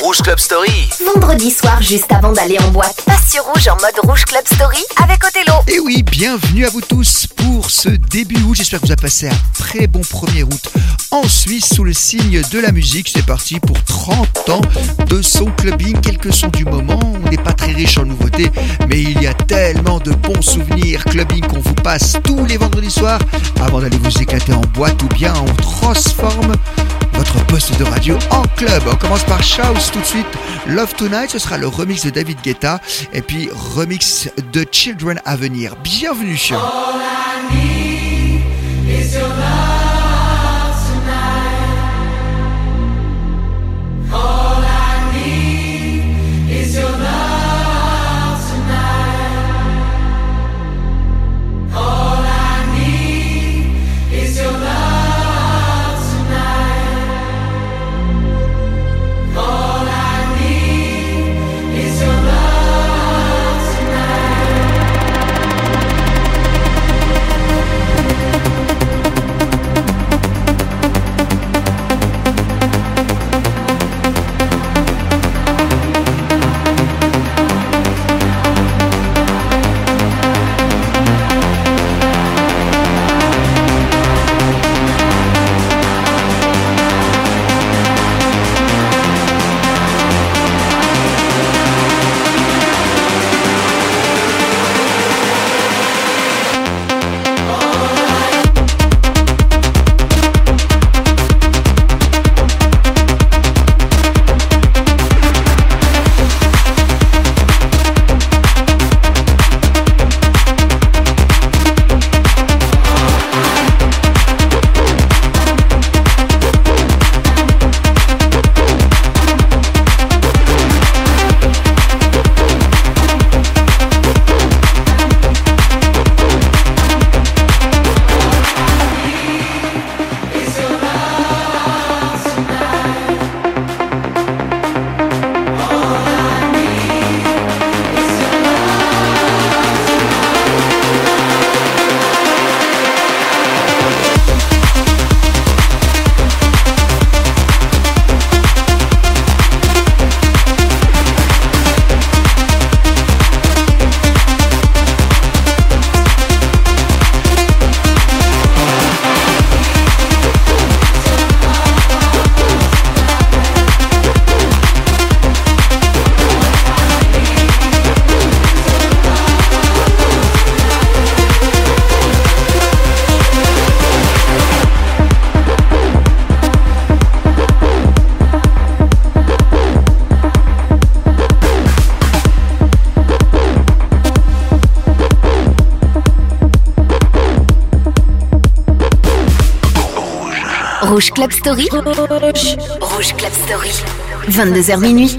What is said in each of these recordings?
Rouge Club Story. Vendredi soir, juste avant d'aller en boîte, passe sur Rouge en mode Rouge Club Story avec Othello. Et oui, bienvenue à vous tous pour ce début août. J'espère que vous avez passé un très bon 1er août en Suisse sous le signe de la musique. C'est parti pour 30 ans de son clubbing. Quelques sons du moment. On n'est pas très riche en nouveautés, mais il y a tellement de bons souvenirs clubbing qu'on vous passe tous les vendredis soirs avant d'aller vous éclater en boîte, ou bien on transforme votre poste de radio en club. On commence par Shouse tout de suite. Love Tonight, ce sera le remix de David Guetta et puis remix de Children à venir. Bienvenue. All I need is your love tonight. All I need is your love tonight. All I need is your love. Rouge Club Story. Rouge Club Story. 22h minuit.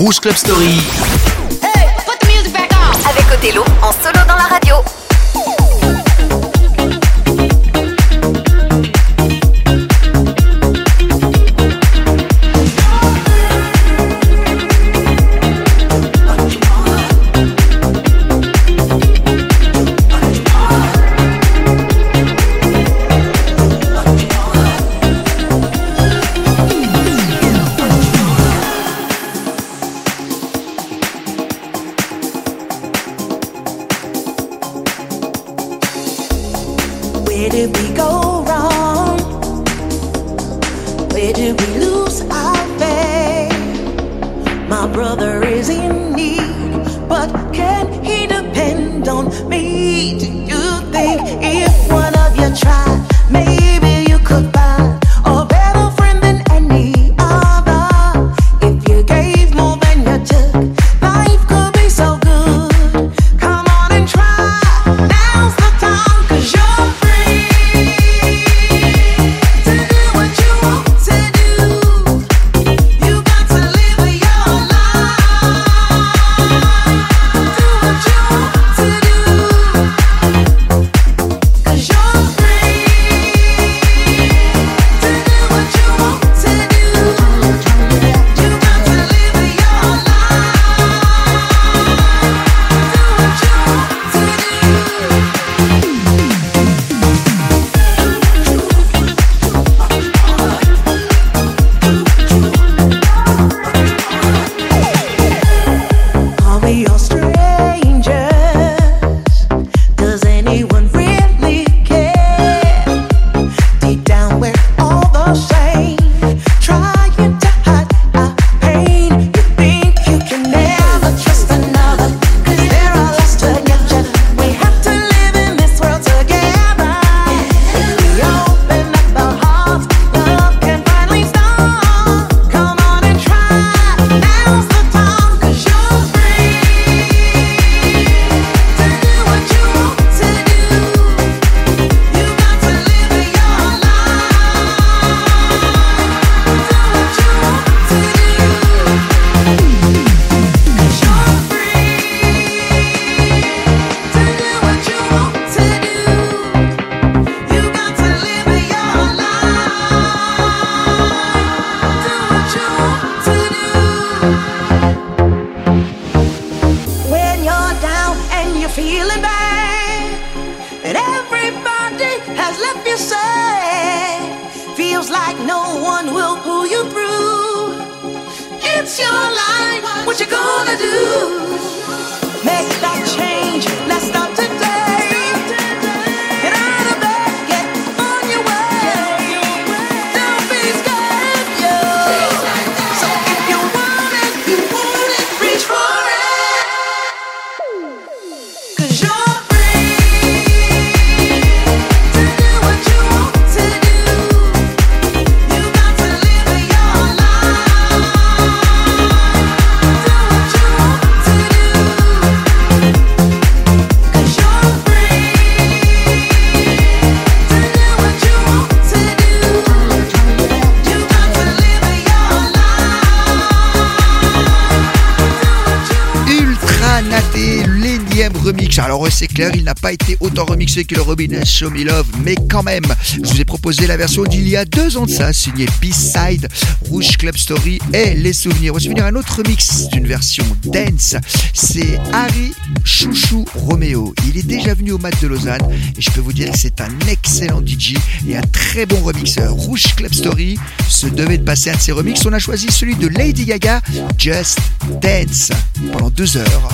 Rouge Club Story. Hey, put the music back on. Avec Othello en solo dans la radio. Where did we go wrong? Where did we lose our way? My brother is in need, but can he depend on me? Do you think if one of you tried, maybe you could find a better friend than any other? If you gave more than you took, life could be so good. Come on and try, now's the time, 'cause you're free to do what you want to do. You got to live your life. Do what you want to do, 'cause you're free to do what you want to do. You got to live your life. Do what you want to do. Are we all strangers? Does anyone really care? Deep down we're all the same, trying to hide our pain. You think you can never trust another, 'cause they're all lost together. We have to live in this world together. We open up our hearts, love can finally start. Come on and try, now's the time, 'cause you're free to do what you want to do. You got to live your life. Do what you want to do, 'cause you're free to do what you want to do. You got to live your life. Do what you want to do. When you're down and you're feeling bad, and everybody has left you sad, feels like no one will pull you through. It's your life, what you gonna do? Make that change, let's start today. Get out of bed, get on your way. Don't be scared, yo. So if you want it, reach for it. 'Cause you're free to do what you want to do. You got to live your life. Do what you want to do, 'cause you're free to do what you want to do. You got to live your life. Ultra Naté, l'énième remix. Alors ouais, c'est clair, il n'a pas été autant remixé que le Robin Show Me Love, mais quand même, je vous ai proposé la version d'il y a 2 ans de ça, signée B-Side, Rouge Club Story et les souvenirs. On va se finir un autre remix d'une version dance. C'est Harry Chouchou Roméo. Il est déjà venu au Mat de Lausanne et je peux vous dire que c'est un excellent DJ et un très bon remixeur. Rouge Club Story se devait de passer un de ses remixes. On a choisi celui de Lady Gaga, Just Dance, pendant 2 heures.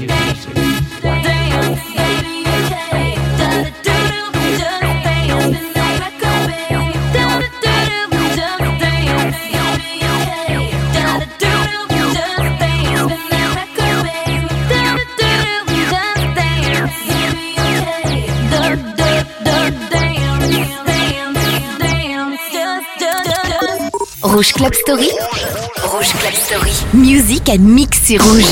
Rouge Club Story. Rouge Club Story. Music and mix sur Rouge.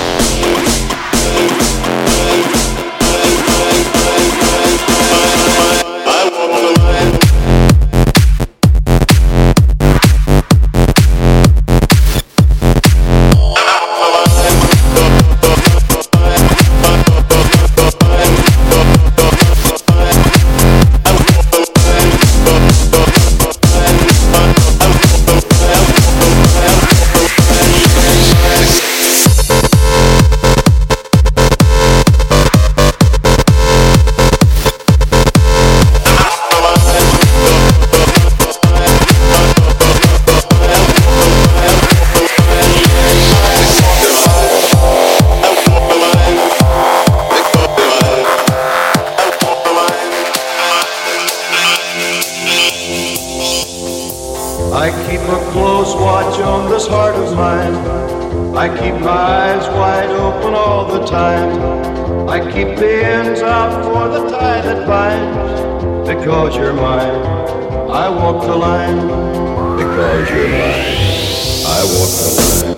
I keep a close watch on this heart of mine. I keep my eyes wide open all the time. I keep the ends out for the tie that binds. Because you're mine, I walk the line. Because you're mine, I walk the line.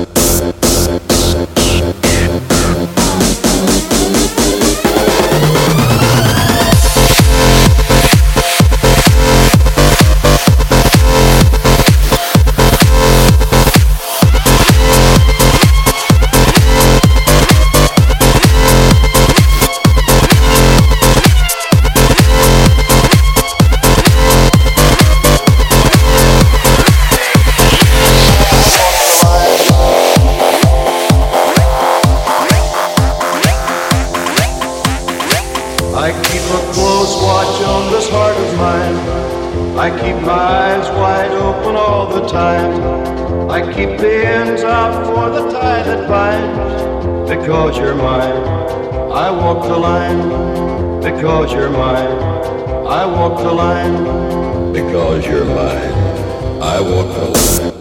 I keep a close watch on this heart of mine. I keep my eyes wide open all the time. I keep the ends out for the tie that binds. Because you're mine, I walk the line. Because you're mine, I walk the line. Because you're mine, I walk the line.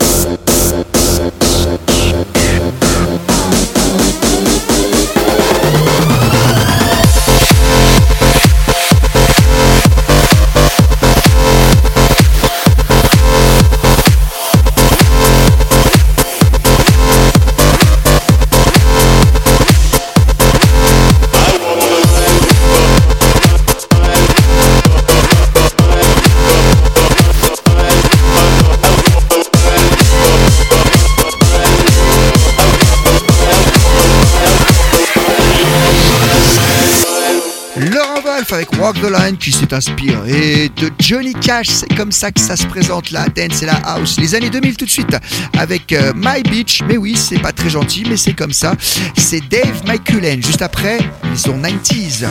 Avec Walk the Line qui s'est inspiré de Johnny Cash. C'est comme ça que ça se présente, la dance et la house. Les années 2000 tout de suite avec My Beach. Mais oui, c'est pas très gentil, mais c'est comme ça. C'est Dave McCullen. Juste après, ils sont 90s.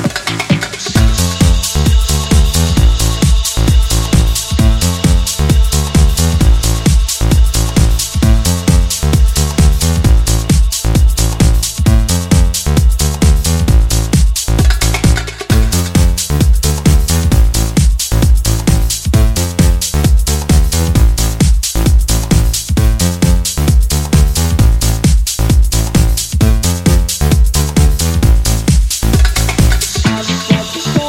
Before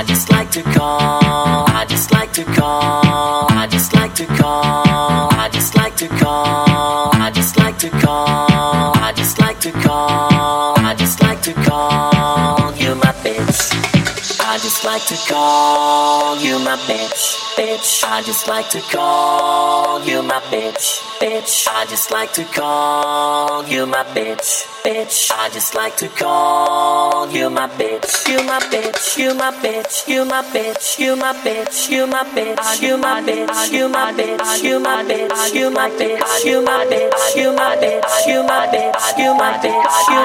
I just like to call. I just like to call. I just like to call. I just like to call. I just like to call. I just like to call. I just like to call you my bitch. I just like to call you my bitch. Bitch, I just like to call you my bitch. Bitch, I just like to call you my bitch. Bitch, I just like to call you my bitch. You my bitch, you my bitch, you my bitch, you my bitch, you my bitch, you my bitch, you my bitch, you my bitch, you my bitch, you my bitch, you my bitch, you my bitch, you my bitch, you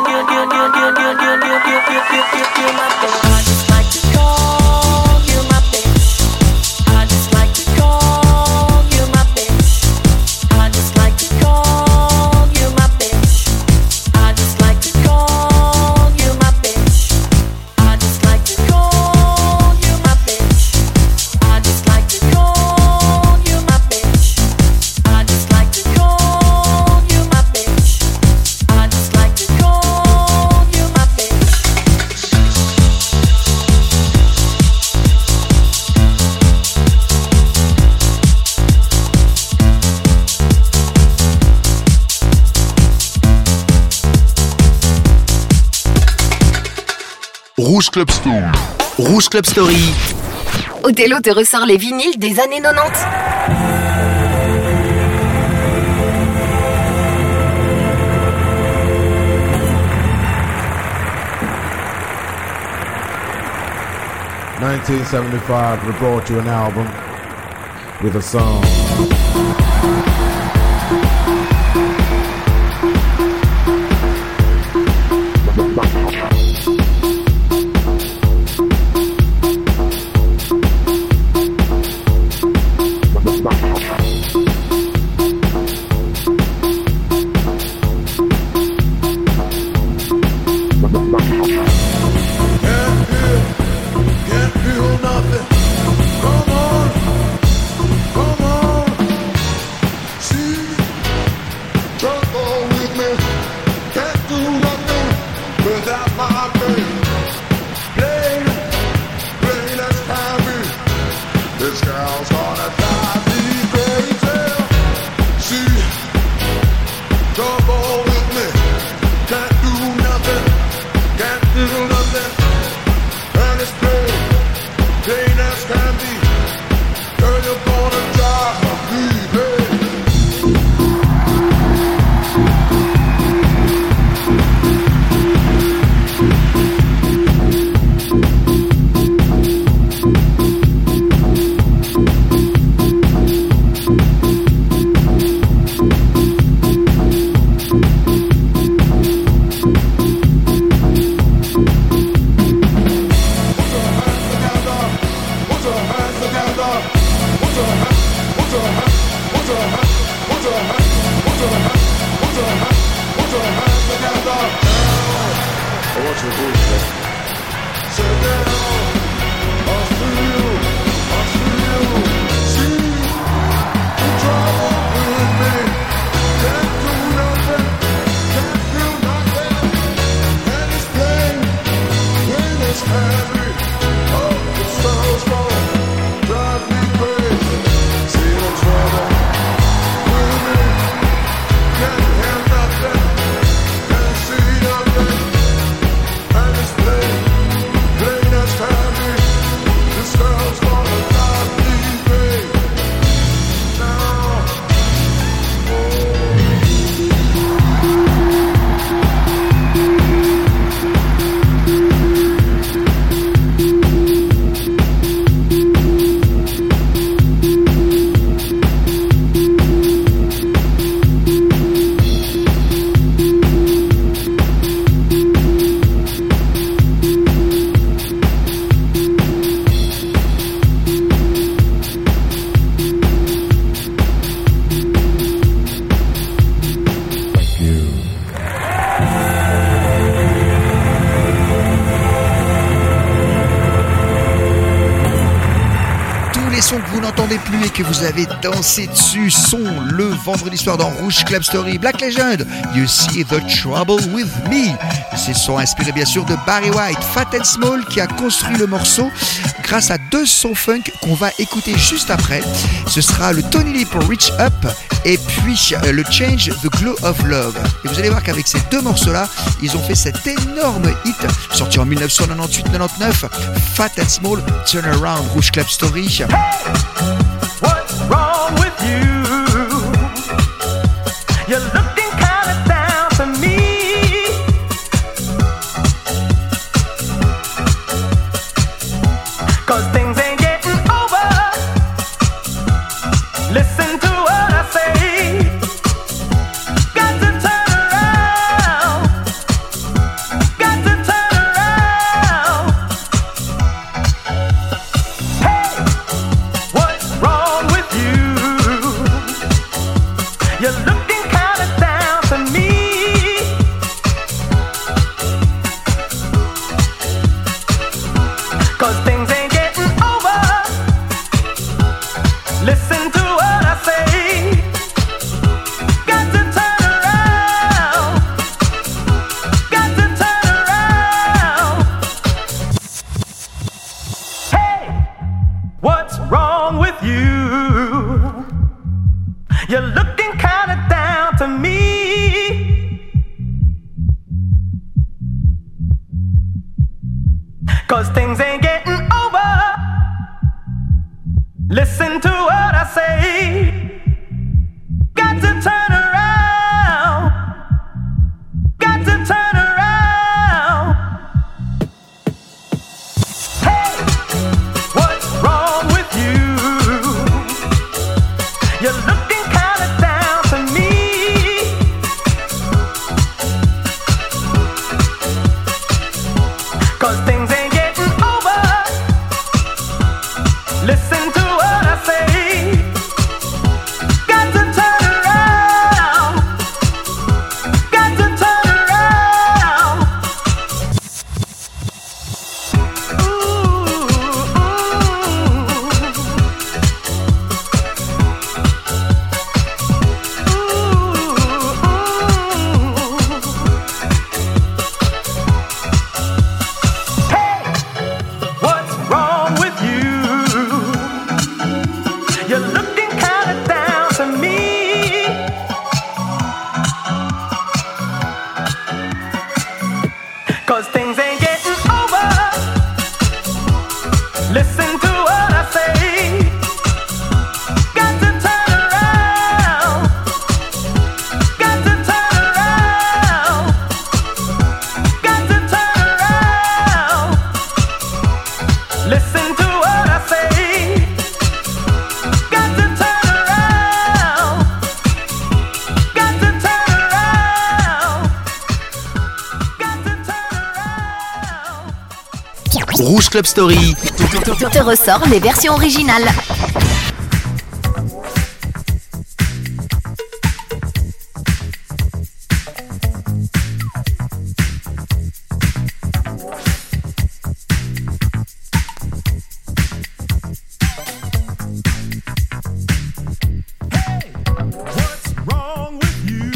my bitch. I just like to call you my bitch. I just like to call you my bitch. I just like to call you my bitch. I just like to call you my bitch. I just like to call you my bitch. I just like to call you my bitch. I just like to call you my bitch. I just like to call you my bitch. Rouge Club Story. Rouge Club Story. Othello te ressort les vinyles des années 90. In 1975, we brought you an album with a song. This place les sons que vous n'entendez plus et que vous avez dansé dessus sont le vendredi soir dans Rouge Club Story. Black Legend, You See the Trouble with Me. Ces sons inspirés bien sûr de Barry White, Fat and Small qui a construit le morceau grâce à deux sons funk qu'on va écouter juste après. Ce sera le Tony Lee pour Reach Up et puis le Change, The Glow of Love. Et vous allez voir qu'avec ces deux morceaux-là, ils ont fait cet énorme hit sorti en 1998-99, Fat and Small, Turn Around, Rouge Club Story. Hey, what's wrong with you? You're looking kind of down to me. Cause things ain't getting over. Listen to what I say. Got to turn around. Got to turn around. Hey, what's wrong with you? You're looking kind of down to me. Cause things ain't getting over. Listen to what I say. Got to turn around. Got to turn around. Hey, what's wrong with you? You're looking kind of down to me. Cause things ain't getting over. Listen to what I say. Got to turn around. Got to turn around. Hey, what's wrong with you? You're looking kind of down to me. Cause things ain't getting over. Listen to what I say. Got to turn around. Got to turn around. Ooh, Hey, what's wrong with you? You're looking kind of down to me. Cause things ain't getting over. Listen to what I say. Got to turn around. Got to turn around. Got to turn around. Listen to what I say. Got to turn around. Got to turn around. Got to turn around. Rouge Club Story. Te ressort les versions originales. What's wrong with you?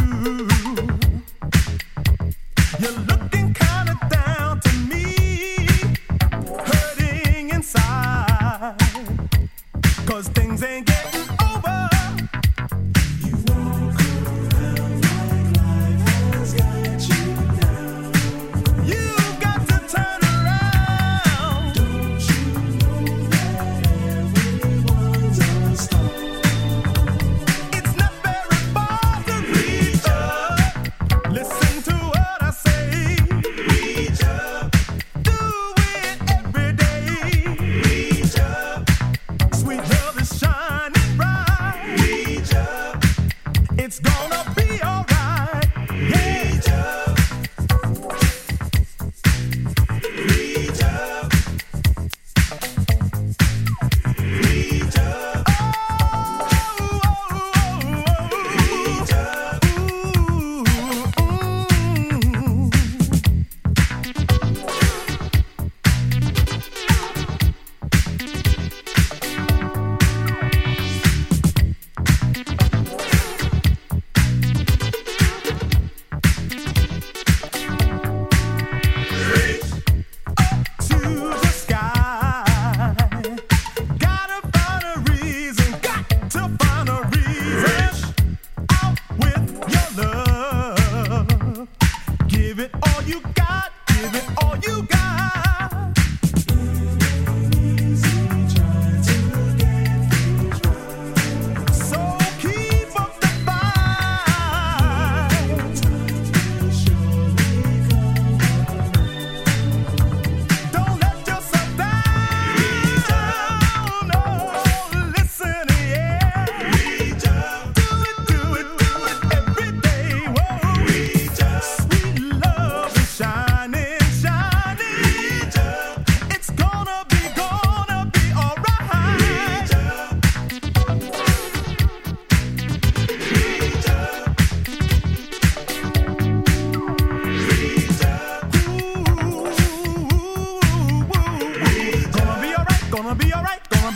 You're looking kind of down to me, hurting inside. Cause things ain't getting over. You walk around like life has got you down. You got to turn around. Don't you know that everyone's a star? It's not very far to reach up. Listen to what I say. Reach up. Do it every day. Reach up. Sweet love is shining bright.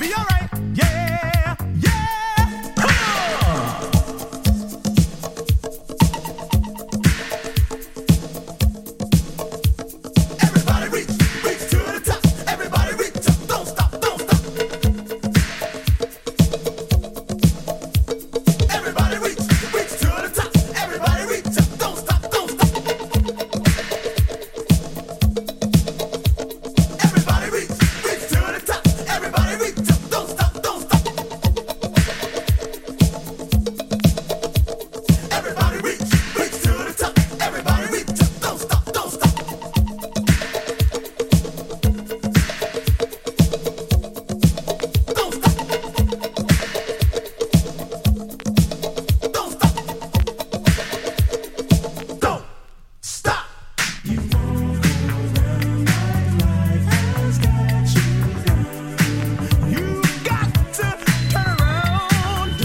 be alright. Yeah, yeah. Come on. Everybody reach to the top. Everybody reach up. Don't stop, don't stop. Everybody reach to the top. Everybody reach up. Don't stop, don't stop. Everybody reach to the top. Everybody reach up. Don't stop, don't stop. Everybody reach to the top. Everybody reach up. Don't stop, don't stop. Don't stop. Don't stop. Don't stop. You got to turn around.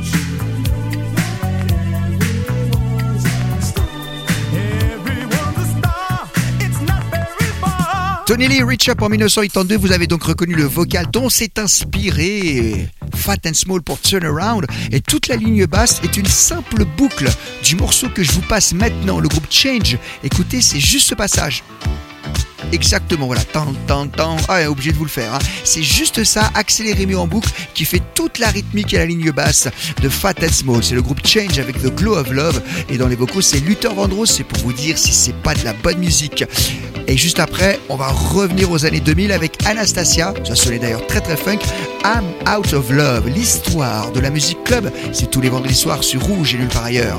Everyone's a star. It's not very far. Tony Lee, Reach Up en 1982, vous avez donc reconnu le vocal dont s'est inspiré Fat and Small pour Turn Around, et toute la ligne basse est une simple boucle du morceau que je vous passe maintenant, le groupe Change. Écoutez, c'est juste ce passage. Exactement, voilà, obligé de vous le faire, hein. C'est juste ça, accéléré mis en boucle, qui fait toute la rythmique et la ligne basse de Fat and Small. C'est le groupe Change avec The Glow of Love, et dans les vocaux c'est Luther Vandross. C'est pour vous dire si c'est pas de la bonne musique. Et juste après, on va revenir aux années 2000 avec Anastasia, ça sonnait d'ailleurs très très funk, I'm Out of Love. L'histoire de la musique club, c'est tous les vendredis soirs sur Rouge et nulle part ailleurs.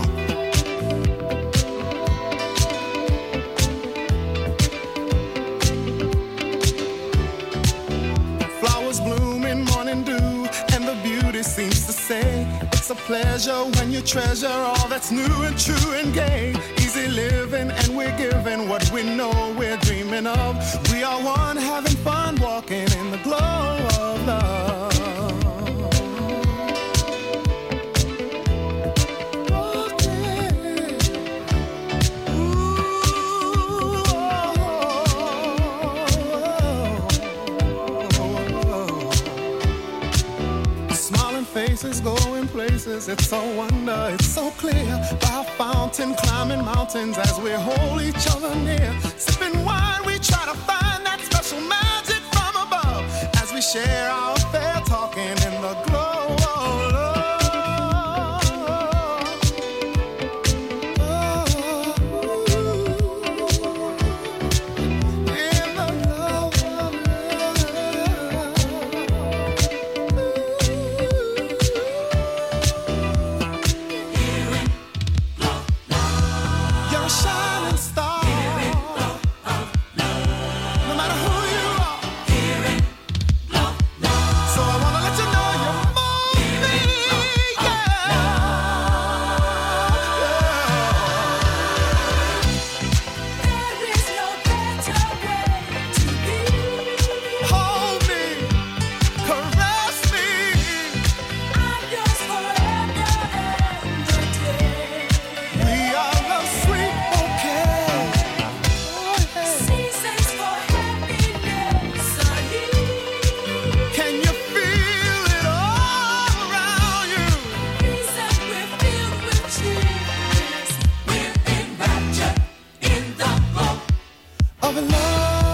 Flowers bloom in morning dew, and the beauty seems to say it's a pleasure when you treasure all that's new and true and gay. Easy living, and we're giving what we know we're dreaming of. We are one, having fun, walking in the glow of love. Smiling faces, going places, it's so wonder, it's so clear. By a fountain, climbing mountains as we hold each other near. Sipping wine, we try to find that special magic from above as we share our affair, talking in the glow of love. In the glow of You're a shining star. No matter who you are. So I wanna let you know you're more me, yeah. There is no better way to be. Hold me, caress me. I'm yours forever and a day. We are the sweet bouquet. Seasons for happiness are here. Can you feel it all around you? Reason we're filled with cheers. We're in rapture, in the glow. Of love.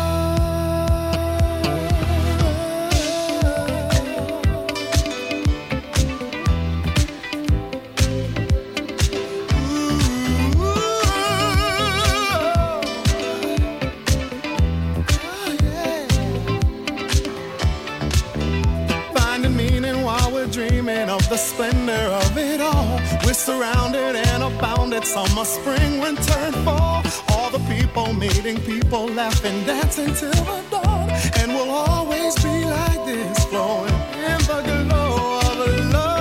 Finding meaning while we're dreaming of the splendor of it all. We're surrounded and abounded, summer, spring, winter, and fall. All the people meeting people, laughing, dancing till the dawn. And we'll always be like this, flowing in the glow of love.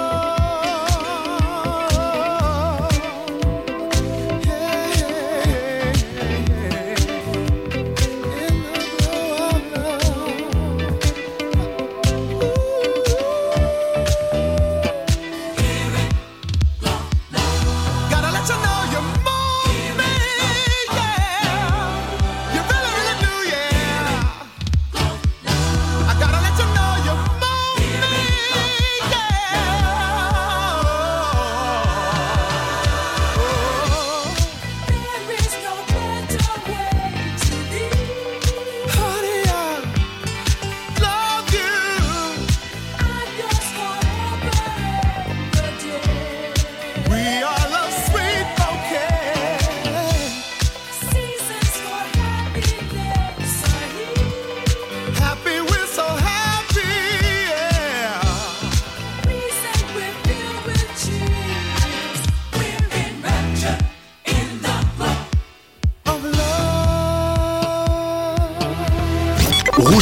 Gotta let you know you're more me, yeah. You really, really do, yeah. I gotta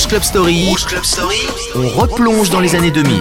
Rouge Club Story. Rouge Club Story. On replonge dans les années 2000.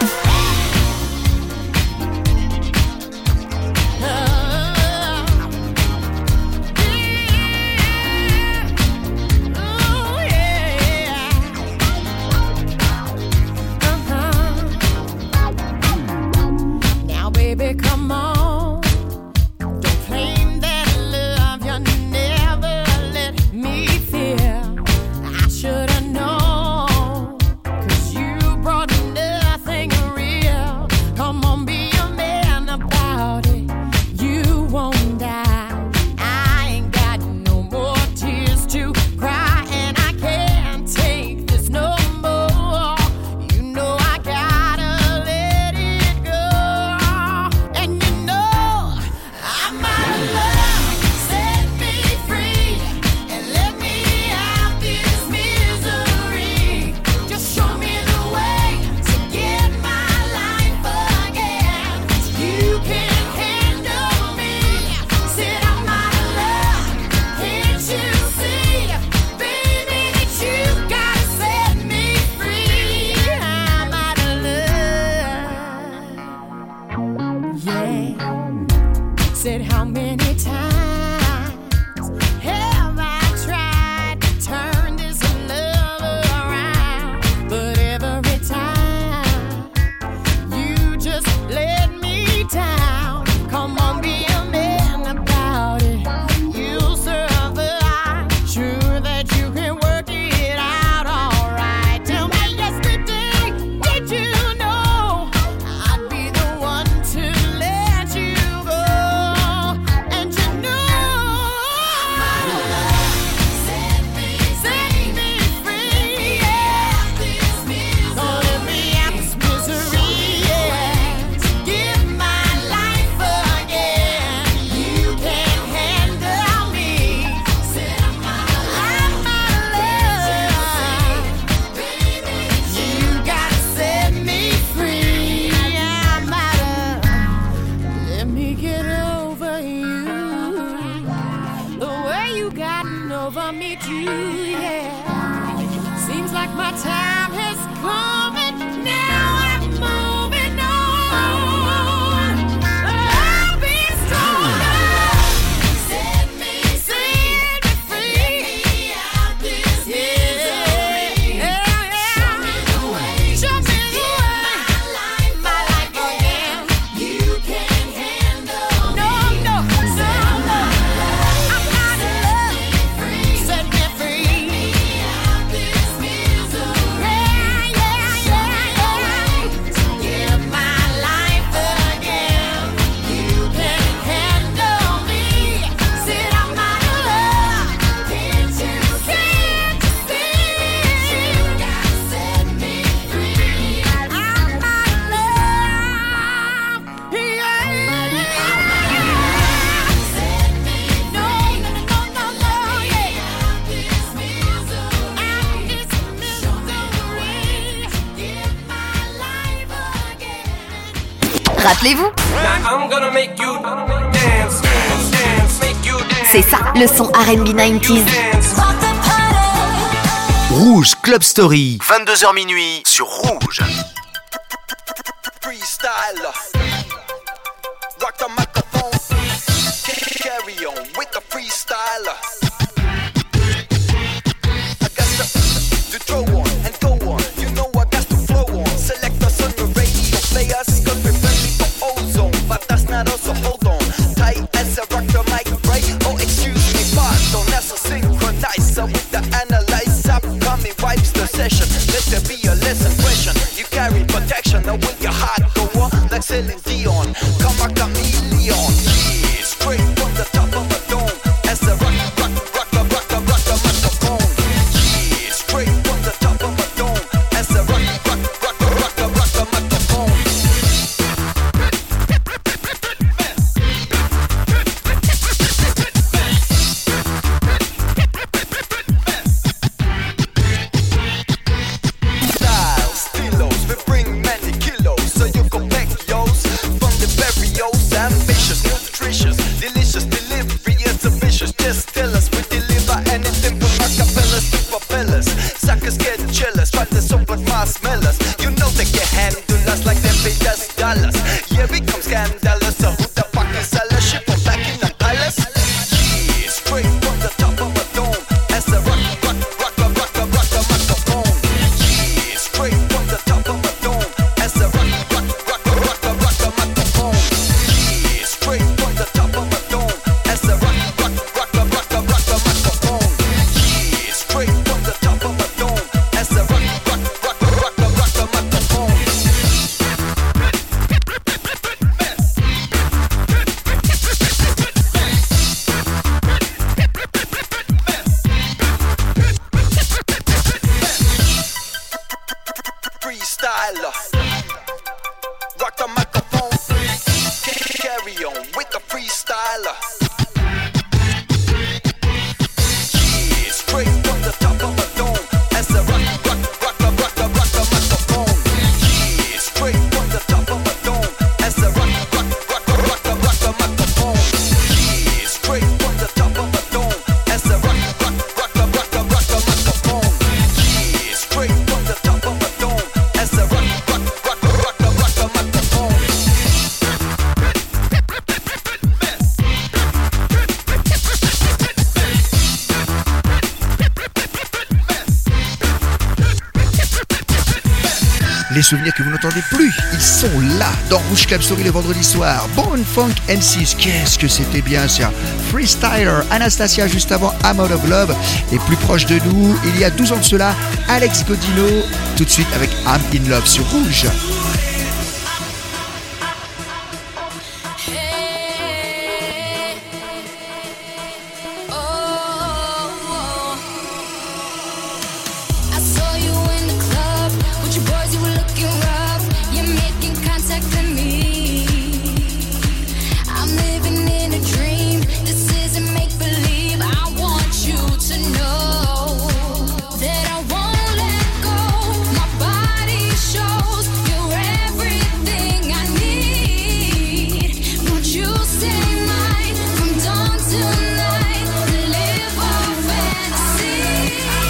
Rappelez-vous, c'est ça, le son R&B 90s. Rouge Club Story, 22h minuit sur Rouge. Freestyle. Rock the microphone. Carry on with the freestyle. I got to throw on and go on. You know I got to flow on. Select us on the radio players. Cause we're friendly for ozone. But that's not us, so hold on. Tight as a rock the mic, right? Oh, excuse me, pardon. That's a synchronizer with the analyzer. Coming wipes the session. Let there be a lesson question. You carry protection. Now will your heart go on like Celine Dion? Come a chameleon. Yeah, straight from the top of a dome. As a rock the microphone. Yeah, straight from the top of a dome. As a rock the microphone. Styles, stilos, we bring many kilos, so you can pack yours from the barrios. Ambitious, new freestyler. Rock the microphone. Carry on with the freestyler. Yeah, straight from the top of a dome. As I rock the microphone. Yeah, straight from the top of a dome. As I rock the microphone. Yeah, straight from the top of a dome. As I rock the microphone. Yeah, straight from the top of a dome. As I rock the microphone. Les souvenirs que vous n'entendez plus, ils sont là dans Rouge Club Story le vendredi soir. Born Funk M6, qu'est-ce que c'était bien ça. Freestyler, Anastasia juste avant I'm Out of Love. Et plus proche de nous, il y a 12 ans de cela, Alex Godino, tout de suite avec I'm in Love sur Rouge. I saw you in the club with your boys, you were looking rough. You're making contact with me. I'm living in a dream. This isn't make believe. I want you to know that I won't let go. My body shows you're everything I need. Won't you stay mine from dawn till night? Live our fantasy.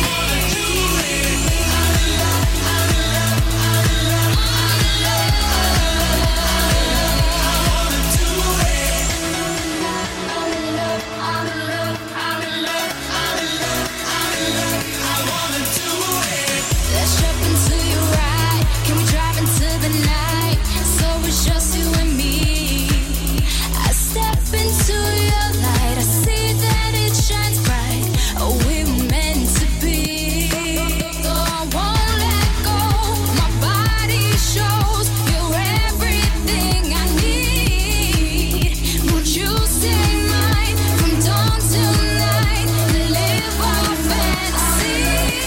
Let's jump into your ride. Can we drive into the night? So it's just you and me. I step into your light. I see that it shines bright. Oh, we're meant to be. So I won't let go. My body shows you're everything I need. Won't you stay mine from dawn till night? Live our fantasy.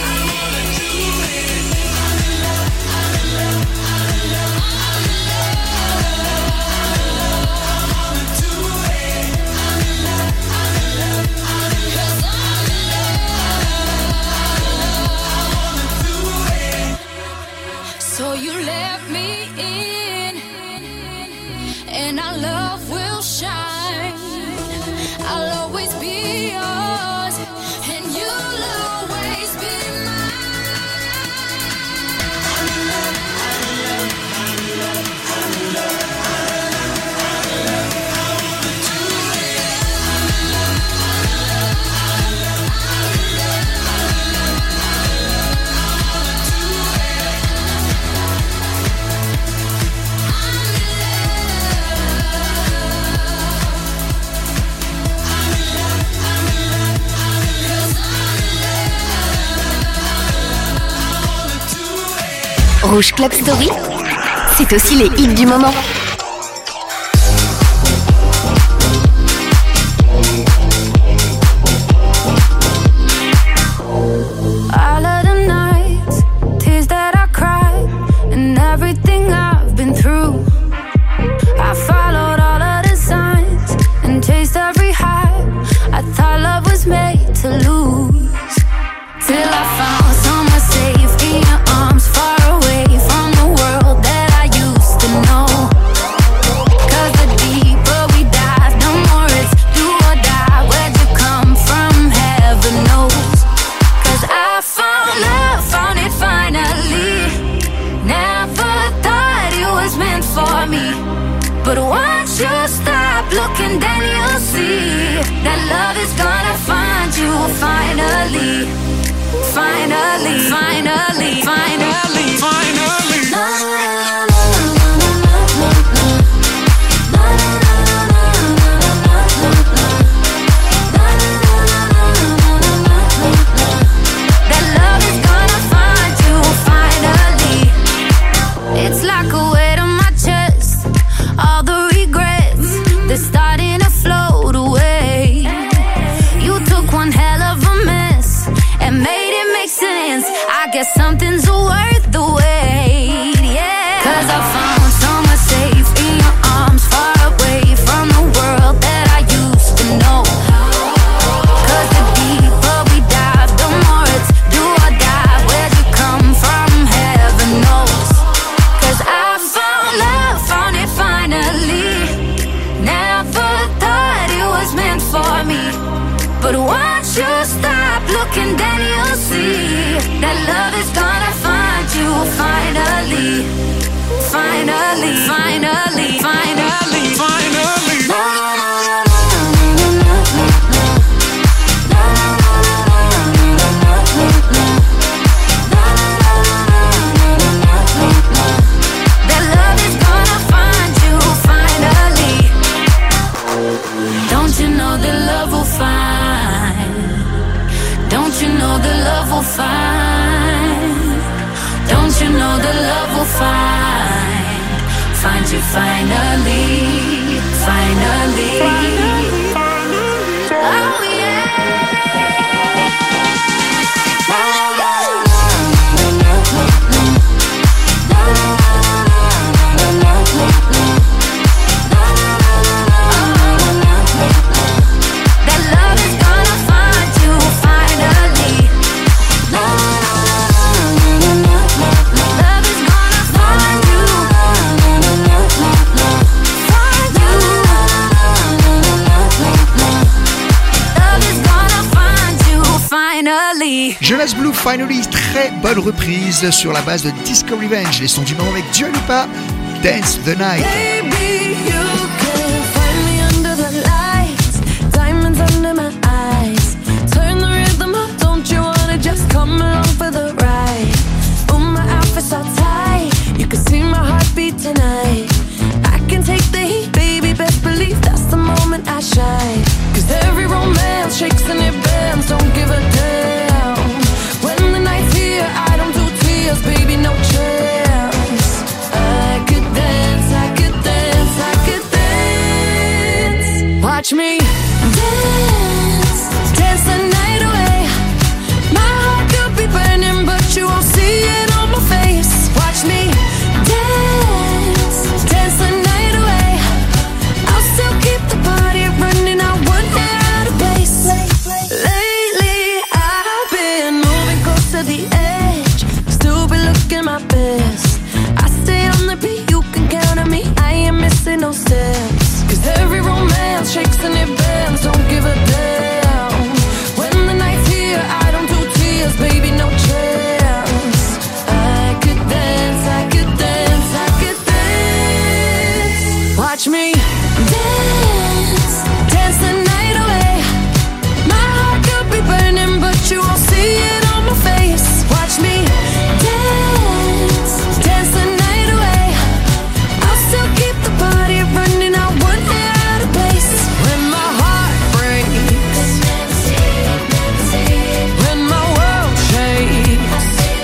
So you let me in, and our love will shine. I'll always be yours, and you'll always be Rouge Club Story, c'est aussi les hits du moment. all of the nights, tears that I cried, and everything I've been through. I followed all of the signs and chased every high. I thought love was made to lose, till I found somewhere safe in your arms, far away from the world that I used to know. 'Cause the deeper we dive, the more it's do or die. Where'd you come from? Heaven knows. 'Cause I found love, found it finally. Never thought it was meant for me. But once you stop looking, then you'll see that love is gonna find you finally. Finally, finally, finally, finally. Na, na, na, na, na, na, na, na. Na, na, na, na, na, na, na, na, na. Na, na, na, na, na, na, na, na, na. That love is gonna find you finally. It's like a weight on my chest. All the regrets, they're starting to float away. You took one hell of a mess and made it make sense. I guess something's worth finally, finally, finally, finally, finally. That love is gonna find you finally. Don't you know that love will find? Don't you know that love will find? Don't you know that love will find you finally, finally. Oh yeah. That love is gonna find you finally. Love is gonna find you. Find you. Love is gonna find you finally. Jonas Blue, Finally, très bonne reprise sur la base de Disco Revenge. Les sons du moment avec Dua Lipa, Dance the Night. Baby, you can find me under the lights, diamonds under my eyes. Turn the rhythm up, don't you wanna just come along for the ride? Oh, my outfit's all tight, you can see my heartbeat tonight. I can take the heat, baby, best believe that's the moment I shine. 'Cause every romance shakes and it bends, don't give a damn. When the night's here, I don't do tears, baby, no chance. I could dance, I could dance, I could dance. Watch me dance, dance the night away. My heart could be burning, but you won't see it on my face. Watch me dance, dance the night away. I'll still keep the party running, I wouldn't get out of place. Lately, I've been moving close to the edge, still be looking my best. I stay on the beat, you can count on me, I ain't missing no steps. 'Cause every romance shakes and it bends, don't give a damn. When the night's here, I don't do tears, baby, no chance. I could dance, I could dance, I could dance. Watch me dance, dance the night away. My heart could be burning, but you won't see it on my face. Watch me dance, dance the night away. I'll still keep the party running, I wouldn't get out of place. When my heart breaks, when my world shakes,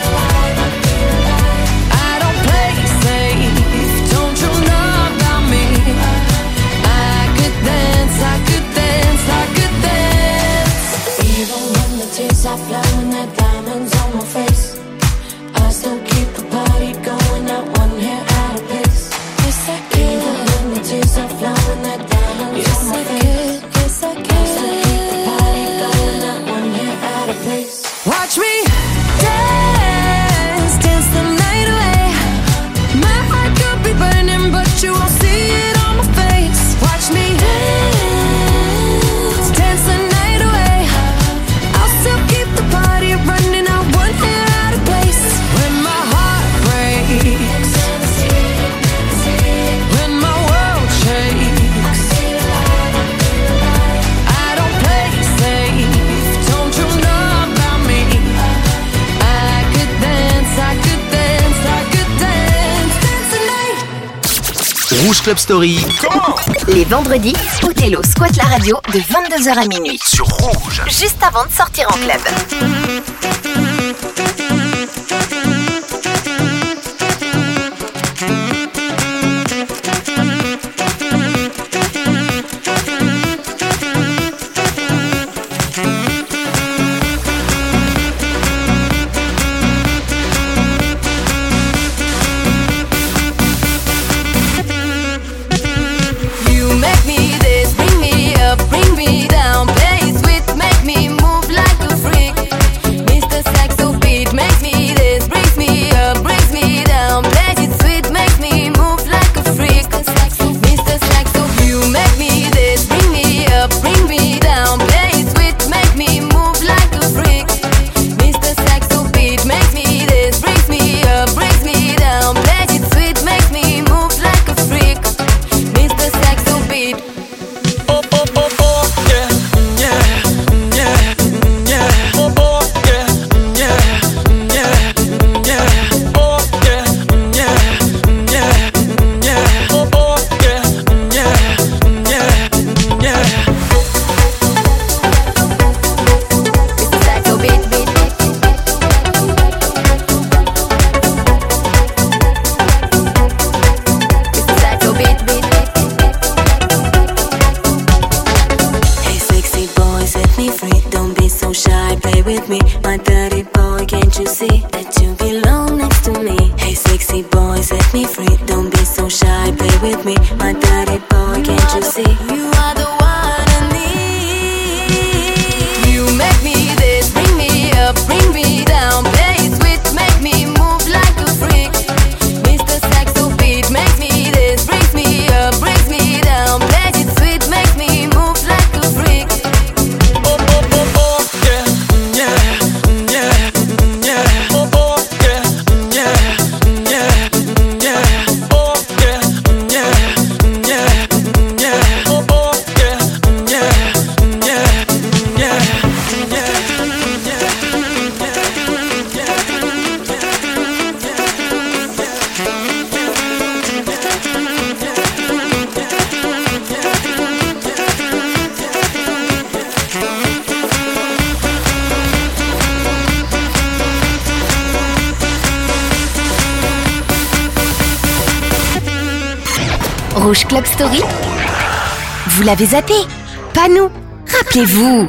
I don't play safe, don't you know about me? I could dance, I could dance, I could dance. Even when the tears are flowing, the diamonds on my face, I still keep the party going, not one hair out of place. Yes, I could. Even when the tears are flowing, the diamonds on my face, yes, I could. I still keep the party going, not one hair out of place. Watch me dance, dance the night away. My heart could be burning, but you won't see it on my face. Watch me dance, dance the night away. I'll still keep the party running, I wouldn't get out of place. When my heart breaks, when my world shakes, I don't play safe, don't you know about me? I could dance, I could dance, I could dance, dance the night. Rouge Club Story. Les vendredis, Othello squatte la radio de 22h à minuit. Sur Rouge. Juste avant de sortir en club. You make me this, bring me up, bring me down, play sweet, make me move like a freak. Mr. Saxo beat, sexy boy, set me free. Don't be so shy, play with me, my dirty boy, can't you see? You are the one I need. You make me this, bring me up, bring me down. Play it sweet, make me move like a freak. Mr. Saxo beat makes me this, brings me up, brings me down. Play it sweet, makes me move like a freak. Oh, oh, oh, oh, yeah, yeah, yeah, yeah. Oh, oh, yeah, yeah, yeah, yeah. Oh, yeah, yeah, yeah, yeah. Oh, oh, yeah, yeah, yeah, yeah, Rouge Club Story. Vous l'avez zappé? Pas nous. Rappelez-vous.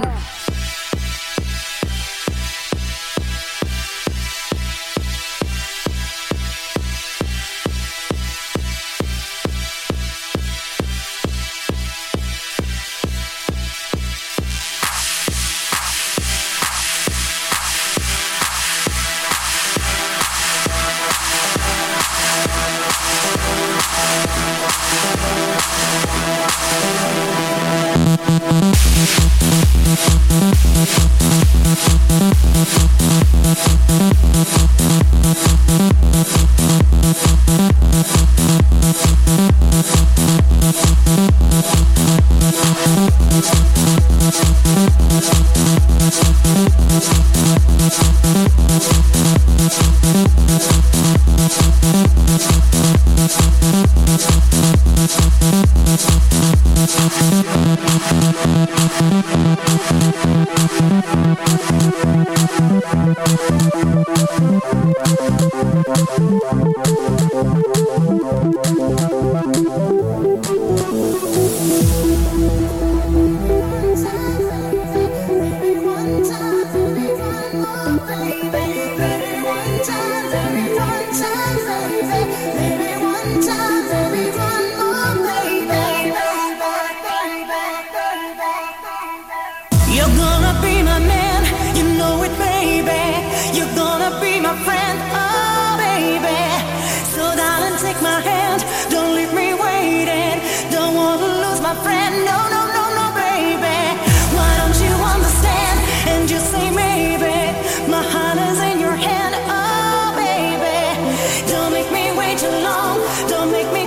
You're gonna be my man, you know it, baby. You're gonna be my friend, oh baby. So darling, take my hand, don't leave me waiting. Don't wanna lose my friend, no, no, no, no, baby. Why don't you understand and just say maybe? My heart is in your hand, oh baby. Don't make me wait too long, don't make me